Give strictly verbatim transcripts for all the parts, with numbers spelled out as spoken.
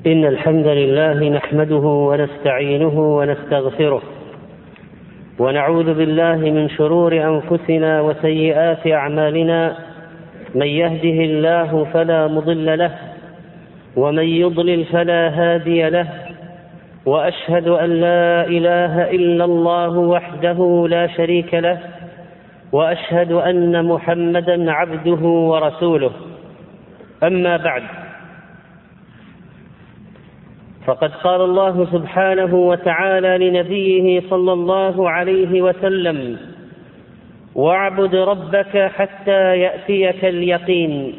إن الحمد لله نحمده ونستعينه ونستغفره ونعوذ بالله من شرور أنفسنا وسيئات أعمالنا. من يهده الله فلا مضل له ومن يضلل فلا هادي له، وأشهد أن لا إله إلا الله وحده لا شريك له، وأشهد أن محمدا عبده ورسوله. أما بعد، فقد قال الله سبحانه وتعالى لنبيه صلى الله عليه وسلم: واعبد ربك حتى يأتيك اليقين.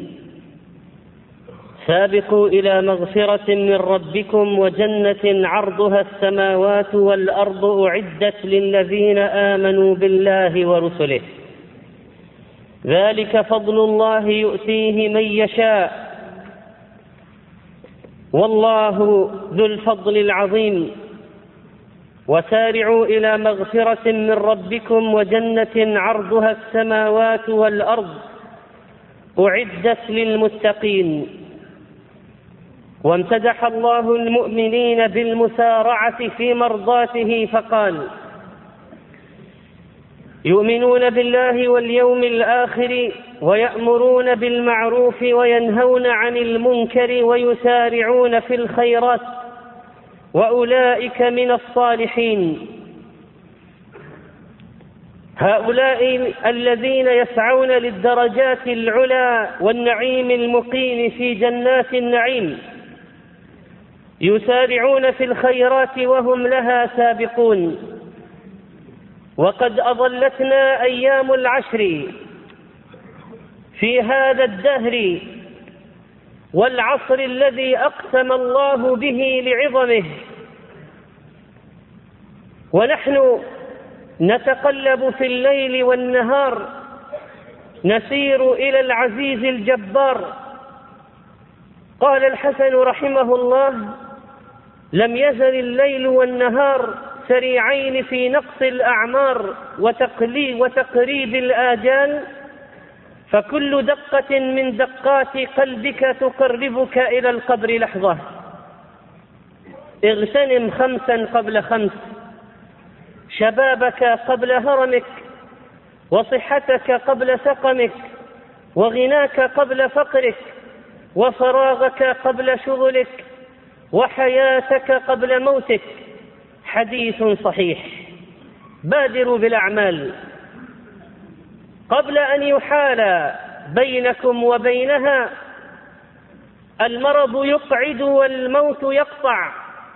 سابقوا إلى مغفرة من ربكم وجنة عرضها السماوات والأرض أعدت للذين آمنوا بالله ورسله، ذلك فضل الله يؤتيه من يشاء، والله ذو الفضل العظيم. وسارعوا إلى مغفرة من ربكم وجنة عرضها السماوات والأرض أعدت للمتقين. وامتدح الله المؤمنين بالمسارعة في مرضاته فقال: يؤمنون بالله واليوم الآخر ويأمرون بالمعروف وينهون عن المنكر ويسارعون في الخيرات وأولئك من الصالحين. هؤلاء الذين يسعون للدرجات العلى والنعيم المقيم في جنات النعيم، يسارعون في الخيرات وهم لها سابقون. وقد أضلتنا أيام العشر في هذا الدهر والعصر الذي أقسم الله به لعظمه، ونحن نتقلب في الليل والنهار نسير إلى العزيز الجبار. قال الحسن رحمه الله: لم يزل الليل والنهار سريعين في نقص الأعمار وتقريب الآجال، فكل دقة من دقات قلبك تقربك إلى القبر لحظة. اغتنم خمسا قبل خمس: شبابك قبل هرمك، وصحتك قبل سقمك، وغناك قبل فقرك، وفراغك قبل شغلك، وحياتك قبل موتك. حديث صحيح. بادروا بالأعمال قبل أن يحال بينكم وبينها. المرض يقعد والموت يقطع.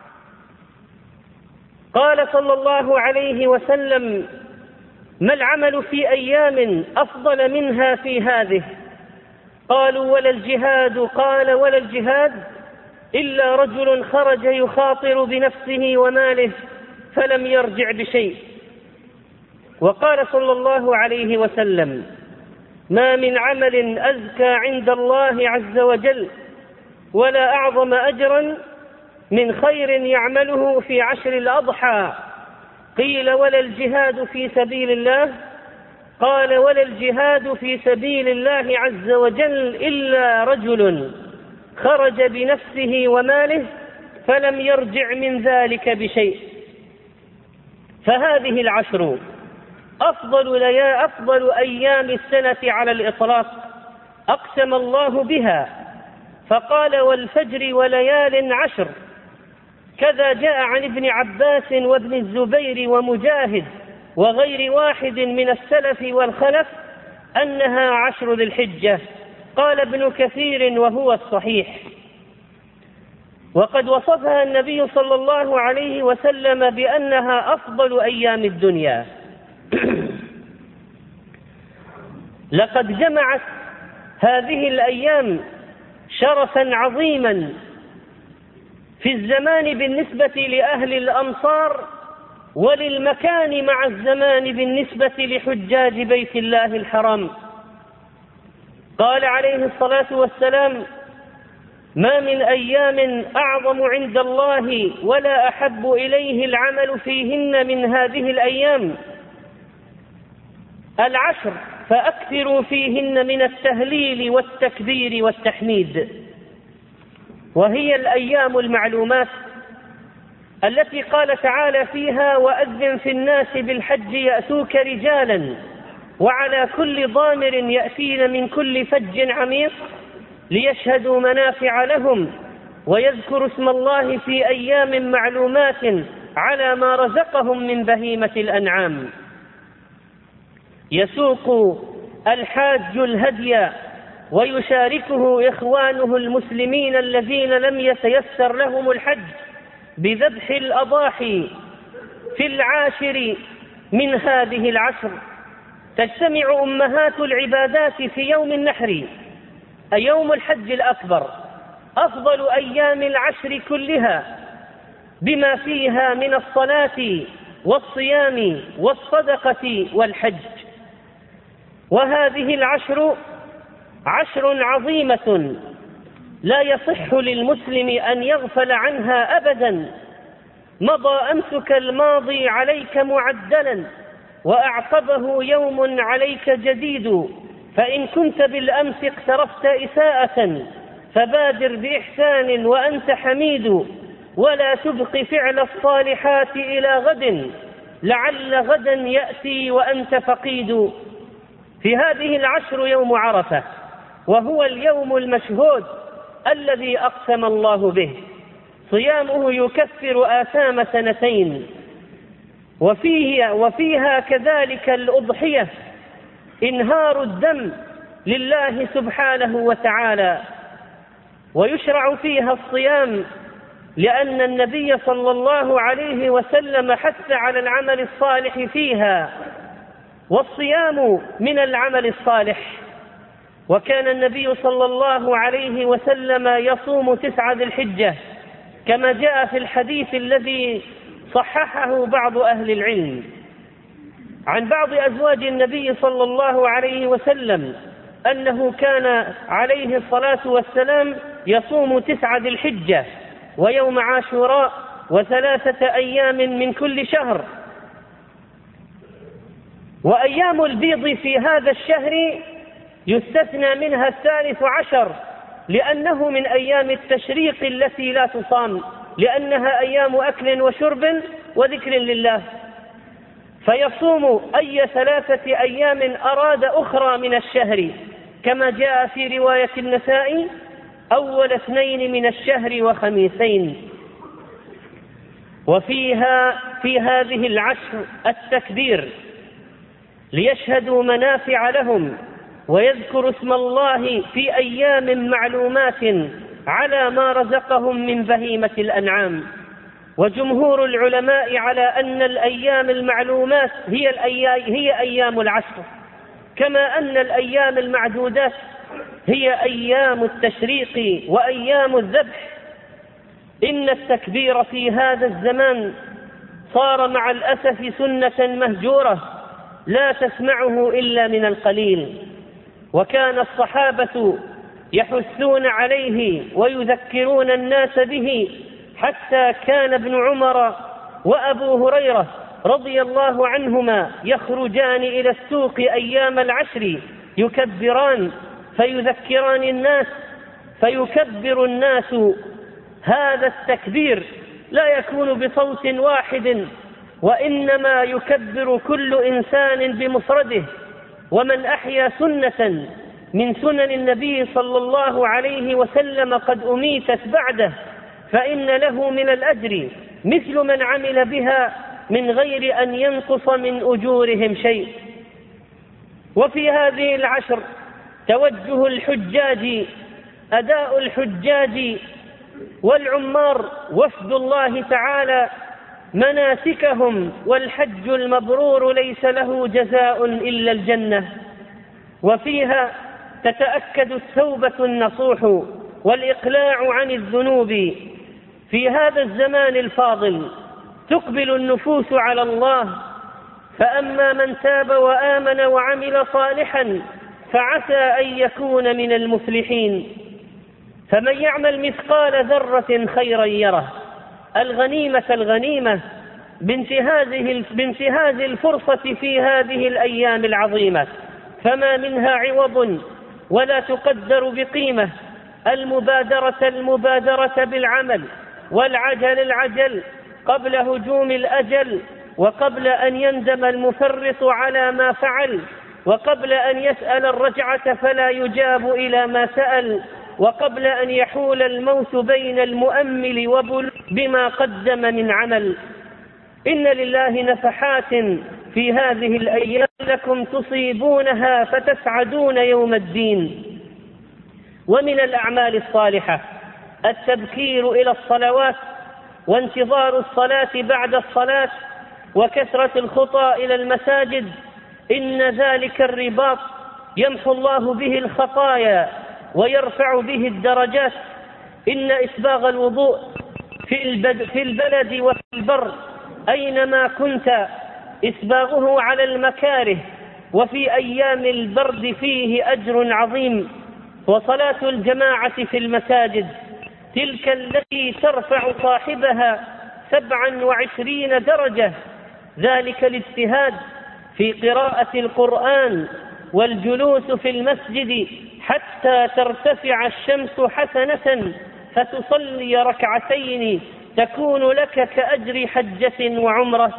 قال صلى الله عليه وسلم: ما العمل في أيام أفضل منها في هذه؟ قالوا: ولا الجهاد. قال: ولا الجهاد إلا رجل خرج يخاطر بنفسه وماله فلم يرجع بشيء. وقال صلى الله عليه وسلم: ما من عمل أزكى عند الله عز وجل ولا أعظم أجرا من خير يعمله في عشر الأضحى. قيل: ولا الجهاد في سبيل الله؟ قال: ولا الجهاد في سبيل الله عز وجل إلا رجل خرج بنفسه وماله فلم يرجع من ذلك بشيء. فهذه العشر أفضل ليا أفضل أيام السنة على الإطلاق، أقسم الله بها فقال: والفجر وليال عشر. كذا جاء عن ابن عباس وابن الزبير ومجاهد وغير واحد من السلف والخلف أنها عشر ذي الحجة. قال ابن كثير وهو الصحيح. وقد وصفها النبي صلى الله عليه وسلم بأنها أفضل أيام الدنيا. لقد جمعت هذه الأيام شرفا عظيما في الزمان بالنسبة لأهل الأمصار، وللمكان مع الزمان بالنسبة لحجاج بيت الله الحرام. قال عليه الصلاة والسلام: ما من أيام أعظم عند الله ولا أحب إليه العمل فيهن من هذه الأيام العشر، فأكثروا فيهن من التهليل والتكبير والتحميد. وهي الأيام المعلومات التي قال تعالى فيها: وأذن في الناس بالحج يأتوك رجالا وعلى كل ضامر يأتين من كل فج عميق ليشهدوا منافع لهم ويذكروا اسم الله في أيام معلومات على ما رزقهم من بهيمة الأنعام. يسوق الحاج الهدي ويشاركه إخوانه المسلمين الذين لم يتيسر لهم الحج بذبح الأضاحي في العاشر من هذه العشر. تجتمع أمهات العبادات في يوم النحر، أي يوم الحج الأكبر، أفضل أيام العشر كلها، بما فيها من الصلاة والصيام والصدقة والحج. وهذه العشر عشر عظيمة لا يصح للمسلم أن يغفل عنها أبدا. مضى أمسك الماضي عليك معدلا، وأعقبه يوم عليك جديد، فإن كنت بالأمس اقترفت إساءة فبادر بإحسان وأنت حميد، ولا تبق فعل الصالحات إلى غد لعل غدا يأتي وأنت فقيد. في هذه العشر يوم عرفة، وهو اليوم المشهود الذي أقسم الله به، صيامه يكفر آثام سنتين. وفيه وفيها كذلك الأضحية، إنهار الدم لله سبحانه وتعالى. ويشرع فيها الصيام لأن النبي صلى الله عليه وسلم حث على العمل الصالح فيها، والصيام من العمل الصالح. وكان النبي صلى الله عليه وسلم يصوم تسعة ذي الحجة كما جاء في الحديث الذي صححه بعض أهل العلم عن بعض أزواج النبي صلى الله عليه وسلم أنه كان عليه الصلاة والسلام يصوم تسعة ذي الحجة ويوم عاشوراء وثلاثة أيام من كل شهر. وأيام البيض في هذا الشهر يستثنى منها الثالث عشر، لأنه من أيام التشريق التي لا تصام، لأنها أيام أكل وشرب وذكر لله، فيصوم أي ثلاثة أيام أراد أخرى من الشهر، كما جاء في رواية النسائي: أول اثنين من الشهر وخميسين. وفيها في هذه العشر التكبير ليشهدوا منافع لهم ويذكروا اسم الله في أيام معلومات على ما رزقهم من بهيمة الأنعام. وجمهور العلماء على أن الأيام المعلومات هي, هي أيام العشر، كما أن الأيام المعدودات هي أيام التشريق وأيام الذبح. إن التكبير في هذا الزمان صار مع الأسف سنة مهجورة لا تسمعه إلا من القليل، وكان الصحابة يحثون عليه ويذكرون الناس به، حتى كان ابن عمر وأبو هريرة رضي الله عنهما يخرجان إلى السوق أيام العشر يكبران فيذكران الناس، فيكبر الناس. هذا التكبير لا يكون بصوت واحد، وإنما يكبر كل إنسان بمفرده. ومن أحيا سنة من سنن النبي صلى الله عليه وسلم قد أميتت بعده فإن له من الأجر مثل من عمل بها من غير أن ينقص من أجورهم شيء. وفي هذه العشر توجه الحجاج، أداء الحجاج والعمار وفد الله تعالى مناسكهم، والحج المبرور ليس له جزاء إلا الجنة. وفيها تتأكد التوبة النصوح والإقلاع عن الذنوب. في هذا الزمان الفاضل تقبل النفوس على الله، فأما من تاب وآمن وعمل صالحا فعسى أن يكون من المفلحين. فمن يعمل مثقال ذرة خيرا يره. الغنيمة الغنيمة بانتهاز الفرصة في هذه الأيام العظيمة، فما منها عوض ولا تقدر بقيمة، المبادرة المبادرة بالعمل، والعجل العجل قبل هجوم الأجل، وقبل أن يندم المفرط على ما فعل، وقبل أن يسأل الرجعة فلا يجاب إلى ما سأل، وقبل أن يحول الموت بين المؤمل وبل بما قدم من عمل. إن لله نفحات في هذه الأيام لكم تصيبونها فتسعدون يوم الدين. ومن الأعمال الصالحة التبكير إلى الصلوات، وانتظار الصلاة بعد الصلاة، وكثرة الخطى إلى المساجد. إن ذلك الرباط يمحو الله به الخطايا ويرفع به الدرجات. إن إسباغ الوضوء في البلد وفي البر أينما كنت إسباغه على المكاره، وفي أيام البرد فيه أجر عظيم. وصلاة الجماعة في المساجد تلك التي ترفع صاحبها سبعا وعشرين درجة، ذلك الاجتهاد في قراءة القرآن والجلوس في المسجد حتى ترتفع الشمس حسنة فتصلي ركعتين تكون لك كأجر حجة وعمرة.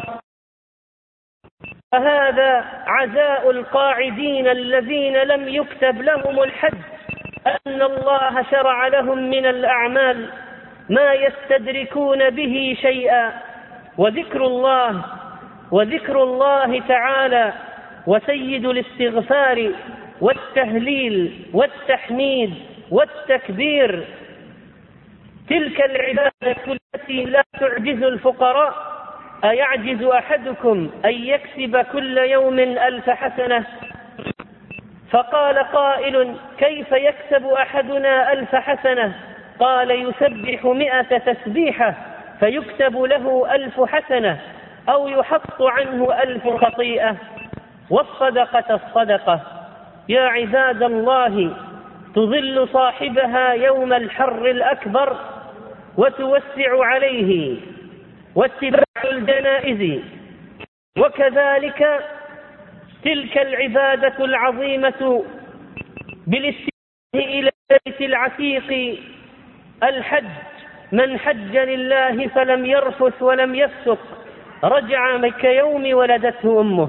فهذا عزاء القاعدين الذين لم يكتب لهم الحج، أن الله شرع لهم من الأعمال ما يستدركون به شيئا. وذكر الله وذكر الله تعالى وسيد الاستغفار والتهليل والتحميد والتكبير، تلك العبادة التي لا تعجز الفقراء. أيعجز أحدكم أن يكسب كل يوم ألف حسنة؟ فقال قائل: كيف يكسب أحدنا ألف حسنة؟ قال: يسبح مئة تسبيحة فيكتب له ألف حسنة، أو يحط عنه ألف خطيئة. والصدقة الصدقة يا عباد الله تظل صاحبها يوم الحر الأكبر وتوسع عليه، واتباع الجنائز. وكذلك تلك العبادة العظيمة بالاستماع إلى البيت العتيق الحج. من حج لله فلم يرفث ولم يفسق رجع كيوم ولدته أمه.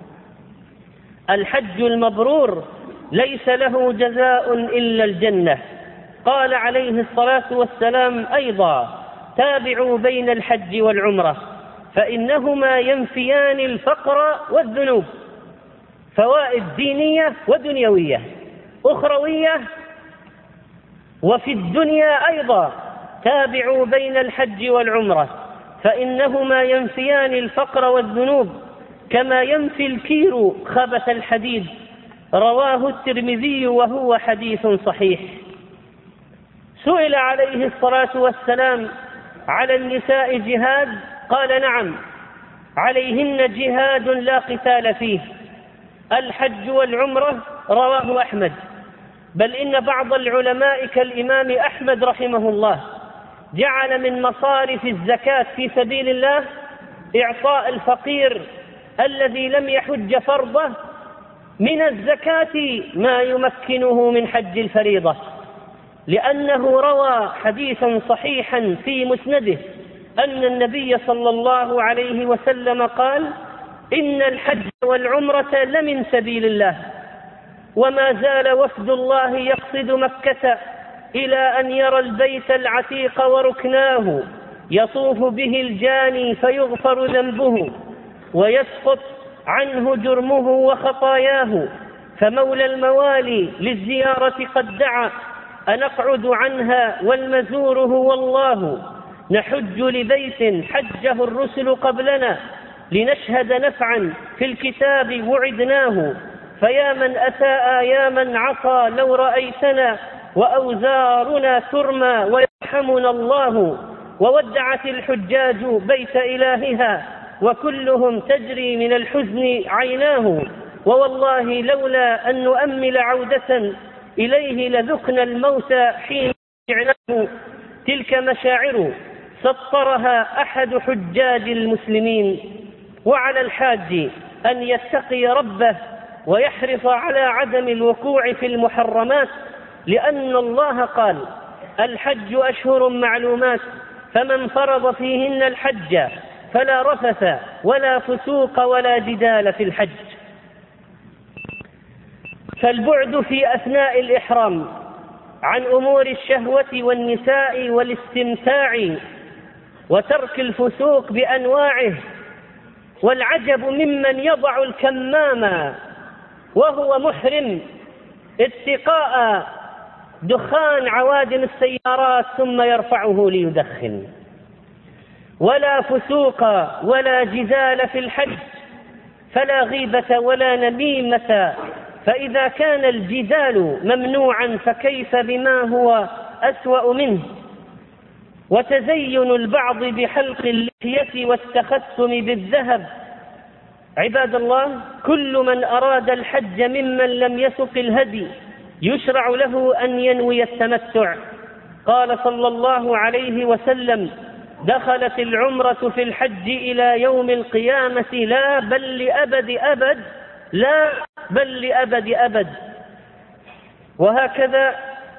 الحج المبرور ليس له جزاء إلا الجنة. قال عليه الصلاة والسلام أيضا: تابعوا بين الحج والعمرة فإنهما ينفيان الفقر والذنوب. فوائد دينية ودنيوية أخروية وفي الدنيا أيضا. تابعوا بين الحج والعمرة فإنهما ينفيان الفقر والذنوب كما ينفي الكير خبث الحديد. رواه الترمذي وهو حديث صحيح. سئل عليه الصلاة والسلام: على النساء جهاد؟ قال: نعم، عليهن جهاد لا قتال فيه، الحج والعمرة. رواه أحمد. بل إن بعض العلماء كالإمام أحمد رحمه الله جعل من مصارف الزكاة في سبيل الله إعطاء الفقير الذي لم يحج فرضه من الزكاة ما يمكنه من حج الفريضة، لأنه روى حديثا صحيحا في مسنده أن النبي صلى الله عليه وسلم قال: إن الحج والعمرة لمن سبيل الله، وما زال وفد الله يقصد مكة إلى أن يرى البيت العتيق وركناه، يطوف به الجاني فيغفر ذنبه ويسقط عنه جرمه وخطاياه. فمولى الموالي للزيارة قد دعا أنقعد عنها والمزور هو الله، نحج لبيت حجه الرسل قبلنا لنشهد نفعا في الكتاب وعدناه. فيا من أتى يا من عصى لو رأيتنا، وأوزارنا ترمى ويرحمنا الله. وودعت الحجاج بيت إلهها وكلهم تجري من الحزن عيناه. ووالله لولا أن نؤمل عودة إليه لذقنا الموت حين رجعناه. تلك مشاعر سطرها أحد حجاج المسلمين. وعلى الحاج أن يتقي ربه ويحرص على عدم الوقوع في المحرمات لأن الله قال: الحج أشهر معلومات فمن فرض فيهن الحج فلا رفث ولا فسوق ولا جدال في الحج. فالبعد في أثناء الإحرام عن أمور الشهوة والنساء والاستمتاع وترك الفسوق بأنواعه، والعجب ممن يضع الكمامة وهو محرم اتقاء دخان عوادم السيارات ثم يرفعه ليدخن. ولا فسوق ولا جدال في الحج، فلا غيبة ولا نميمة، فإذا كان الجدال ممنوعا فكيف بما هو أسوأ منه. وتزين البعض بحلق اللحية والتختم بالذهب. عباد الله، كل من أراد الحج ممن لم يسق الهدي يشرع له أن ينوي التمتع. قال صلى الله عليه وسلم: دخلت العمرة في الحج إلى يوم القيامة لا بل لأبد أبد، لا بل لأبد أبد. وهكذا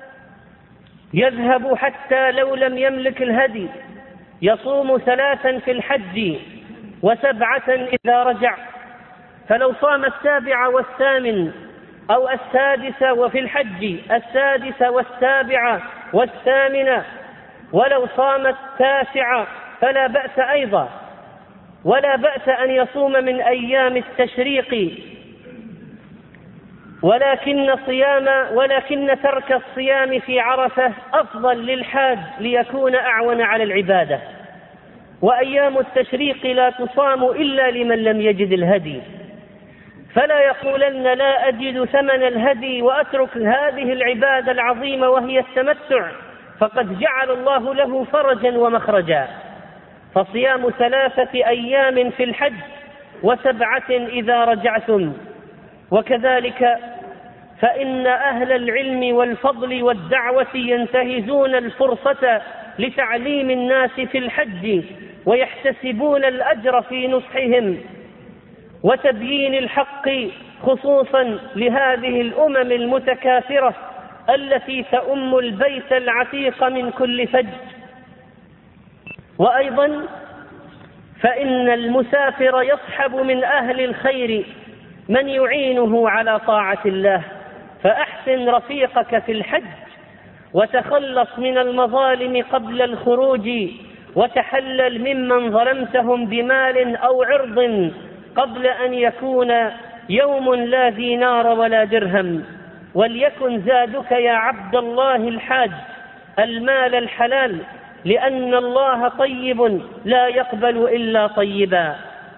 يذهب حتى لو لم يملك الهدي، يصوم ثلاثا في الحج وسبعة إذا رجع. فلو صام السابع والثامن أو السادس، وفي الحج السادس والسابع والثامن، ولو صام التاسع فلا بأس أيضا، ولا بأس أن يصوم من أيام التشريق، ولكن صيام ولكن ترك الصيام في عرفة أفضل للحاج ليكون أعون على العبادة. وأيام التشريق لا تصام إلا لمن لم يجد الهدي، فلا يقولن: لا أجد ثمن الهدي وأترك هذه العبادة العظيمة وهي التمتع، فقد جعل الله له فرجا ومخرجا. فصيام ثلاثة أيام في الحج وسبعة إذا رجعتم. وكذلك فإن أهل العلم والفضل والدعوة ينتهزون الفرصة لتعليم الناس في الحج، ويحتسبون الأجر في نصحهم وتبيين الحق، خصوصا لهذه الأمم المتكاثرة التي تؤم البيت العتيق من كل فج. وأيضا فإن المسافر يصحب من أهل الخير من يعينه على طاعة الله، فأحسن رفيقك في الحج وتخلص من المظالم قبل الخروج، وتحلل ممن ظلمتهم بمال أو عرض قبل أن يكون يوم لا دينار ولا درهم. وليكن زادك يا عبد الله الحاج المال الحلال، لأن الله طيب لا يقبل إلا طيبا.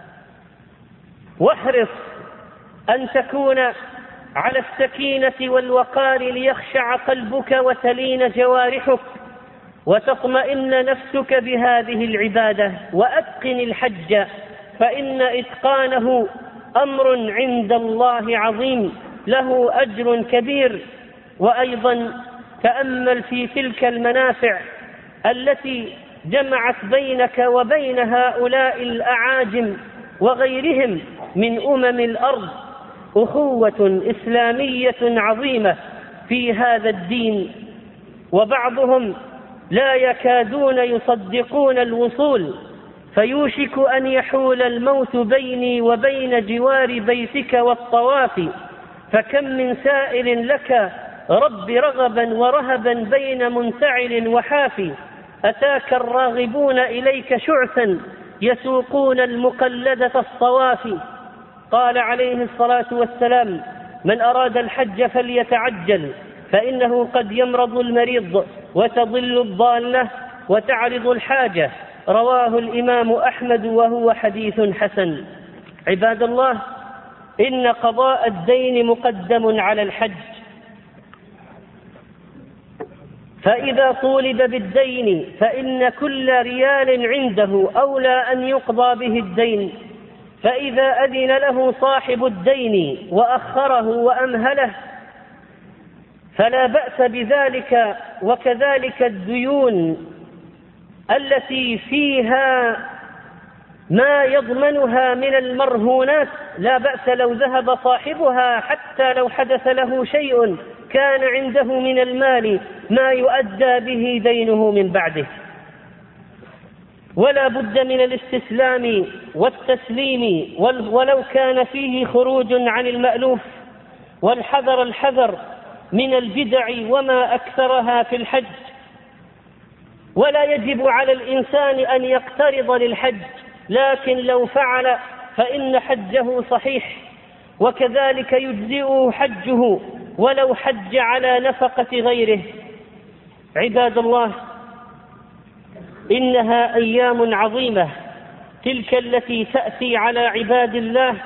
واحرص أن تكون على السكينة والوقار ليخشع قلبك وتلين جوارحك وتطمئن نفسك بهذه العبادة. وأتقن الحج، فإن إتقانه أمر عند الله عظيم له أجر كبير. وأيضا تأمل في تلك المنافع التي جمعت بينك وبين هؤلاء الأعاجم وغيرهم من أمم الأرض أخوة إسلامية عظيمة في هذا الدين، وبعضهم لا يكادون يصدقون الوصول، فيوشك أن يحول الموت بيني وبين جوار بيتك والطواف. فكم من سائل لك رب رغبا ورهبا بين منتعل وحافي، أتاك الراغبون إليك شعثا يسوقون المقلدة الصوافي. قال عليه الصلاة والسلام: من أراد الحج فليتعجل، فإنه قد يمرض المريض وتضل الضالة وتعرض الحاجة. رواه الإمام أحمد وهو حديث حسن. عباد الله، إن قضاء الدين مقدم على الحج، فإذا طولب بالدين فإن كل ريال عنده أولى أن يقضى به الدين. فإذا أذن له صاحب الدين وأخره وأمهله فلا بأس بذلك. وكذلك الديون التي فيها ما يضمنها من المرهونات لا بأس لو ذهب صاحبها حتى لو حدث له شيء كان عنده من المال ما يؤدى به دينه من بعده. ولا بد من الاستسلام والتسليم ولو كان فيه خروج عن المألوف، والحذر الحذر من البدع وما أكثرها في الحج. ولا يجب على الإنسان أن يقترض للحج، لكن لو فعل فإن حجه صحيح، وكذلك يجزئه حجه ولو حج على نفقة غيره. عباد الله، إنها أيام عظيمة تلك التي تأتي على عباد الله،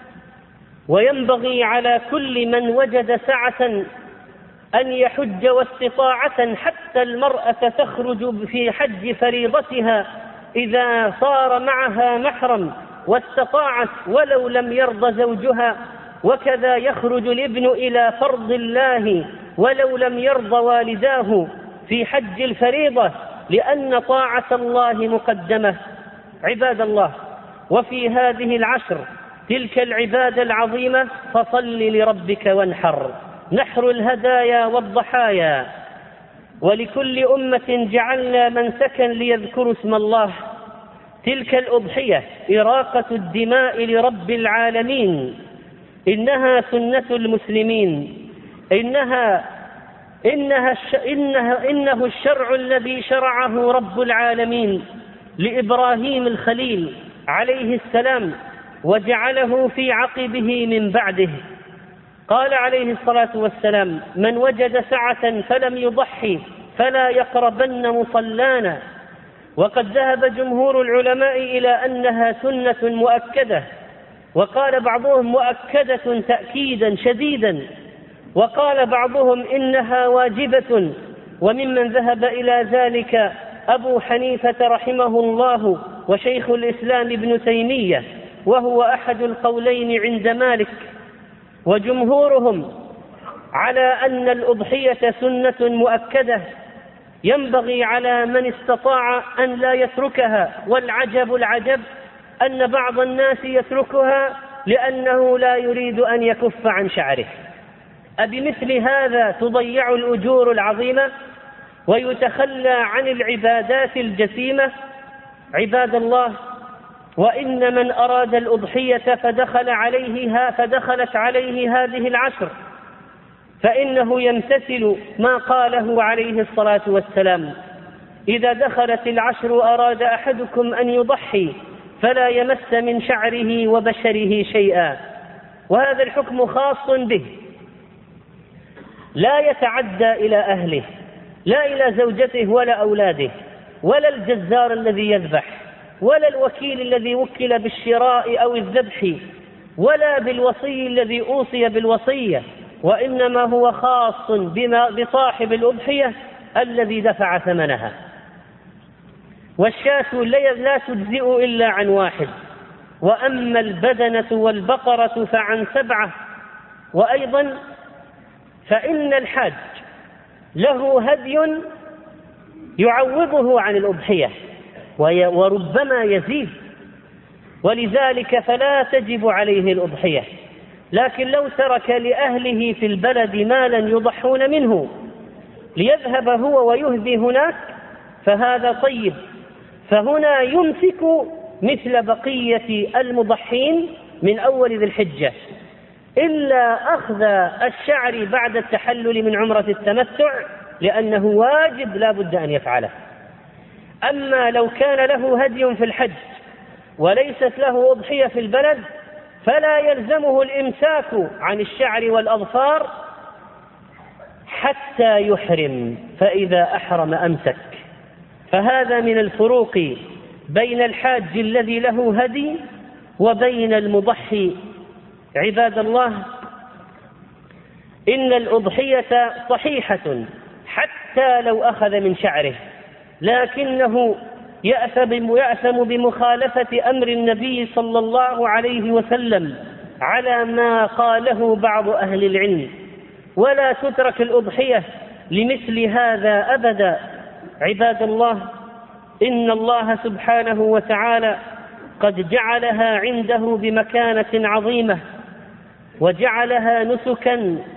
وينبغي على كل من وجد سعة أن يحج واستطاعة، حتى المرأة تخرج في حج فريضتها إذا صار معها محرم واستطاعت ولو لم يرض زوجها، وكذا يخرج الابن إلى فرض الله ولو لم يرض والداه في حج الفريضة، لأن طاعة الله مقدمة. عباد الله، وفي هذه العشر تلك العبادة العظيمة فصل لربك وانحر، نحر الهدايا والضحايا. ولكل أمة جعلنا منسكا ليذكروا اسم الله. تلك الأضحية إراقة الدماء لرب العالمين، إنها سنة المسلمين، إنها إنها الش... إنها إنه الشرع الذي شرعه رب العالمين لإبراهيم الخليل عليه السلام، وجعله في عقبه من بعده. قال عليه الصلاة والسلام: من وجد سعة فلم يضحي فلا يقربن مصلانا. وقد ذهب جمهور العلماء إلى أنها سنة مؤكدة، وقال بعضهم مؤكدة تأكيدا شديدا، وقال بعضهم إنها واجبة. وممن ذهب إلى ذلك أبو حنيفة رحمه الله وشيخ الإسلام ابن تيمية، وهو أحد القولين عند مالك. وجمهورهم على أن الأضحية سنة مؤكدة ينبغي على من استطاع أن لا يتركها. والعجب العجب أن بعض الناس يتركها لأنه لا يريد أن يكف عن شعره. أبمثل هذا تضيع الأجور العظيمة ويتخلى عن العبادات الجسيمة؟ عباد الله، وإن من أراد الأضحية فدخل عليها فدخلت عليه هذه العشر فإنه يمتثل ما قاله عليه الصلاة والسلام: إذا دخلت العشر أراد أحدكم أن يضحي فلا يمس من شعره وبشره شيئا. وهذا الحكم خاص به، لا يتعدى إلى أهله، لا إلى زوجته ولا أولاده، ولا الجزار الذي يذبح، ولا الوكيل الذي وكل بالشراء أو الذبح، ولا بالوصي الذي أوصي بالوصية، وإنما هو خاص بما بصاحب الأضحية الذي دفع ثمنها. والشاة لا تجزئ إلا عن واحد، وأما البدنة والبقرة فعن سبعة. وأيضا فإن الحاج له هدي يعوضه عن الأضحية وربما يزيد، ولذلك فلا تجب عليه الأضحية. لكن لو ترك لأهله في البلد مالا يضحون منه ليذهب هو ويهدي هناك فهذا طيب، فهنا يمسك مثل بقية المضحين من أول ذي الحجة، إلا أخذ الشعر بعد التحلل من عمرة التمتع، لأنه واجب لا بد أن يفعله. أما لو كان له هدي في الحج وليست له أضحية في البلد فلا يلزمه الإمساك عن الشعر والأظفار حتى يحرم، فإذا أحرم أمسك. فهذا من الفروق بين الحاج الذي له هدي وبين المضحي. عباد الله، إن الأضحية صحيحة حتى لو أخذ من شعره، لكنه يأثم بمخالفة أمر النبي صلى الله عليه وسلم على ما قاله بعض أهل العلم، ولا تترك الأضحية لمثل هذا أبدا. عباد الله، إن الله سبحانه وتعالى قد جعلها عنده بمكانة عظيمة، وجعلها نسكا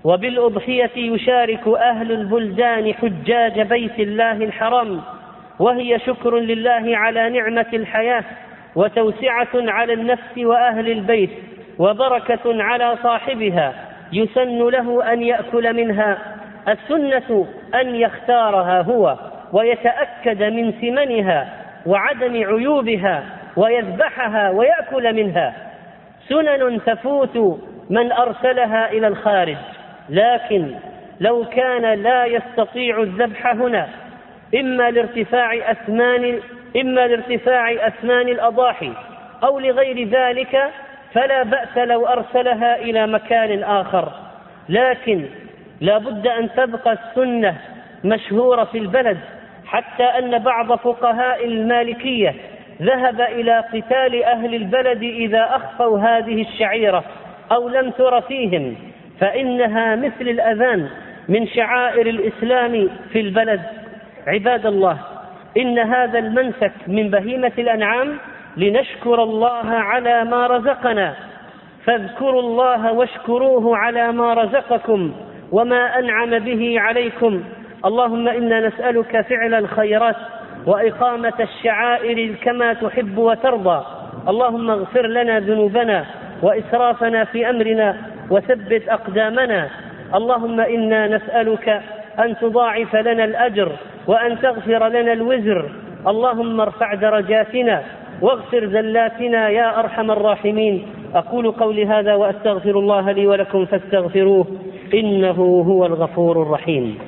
وبالأضحية يشارك أهل البلدان حجاج بيت الله الحرام، وهي شكر لله على نعمة الحياة، وتوسعة على النفس وأهل البيت، وبركة على صاحبها، يسن له أن يأكل منها. السنة أن يختارها هو ويتأكد من ثمنها وعدم عيوبها ويذبحها ويأكل منها. سنن تفوت من أرسلها إلى الخارج، لكن لو كان لا يستطيع الذبح هنا إما لارتفاع أثمان إما لارتفاع أثمان الأضاحي أو لغير ذلك فلا بأس لو أرسلها إلى مكان آخر، لكن لا بد أن تبقى السنة مشهورة في البلد، حتى أن بعض فقهاء المالكية ذهب إلى قتال أهل البلد إذا أخفوا هذه الشعيرة أو لم تر فيهم، فإنها مثل الأذان من شعائر الإسلام في البلد. عباد الله، إن هذا المنسك من بهيمة الأنعام لنشكر الله على ما رزقنا، فاذكروا الله واشكروه على ما رزقكم وما أنعم به عليكم. اللهم إنا نسألك فعل الخيرات وإقامة الشعائر كما تحب وترضى. اللهم اغفر لنا ذنوبنا وإسرافنا في أمرنا وثبت أقدامنا. اللهم إنا نسألك أن تضاعف لنا الأجر وأن تغفر لنا الوزر. اللهم ارفع درجاتنا واغفر زلاتنا يا أرحم الراحمين. أقول قولي هذا وأستغفر الله لي ولكم فاستغفروه إنه هو الغفور الرحيم.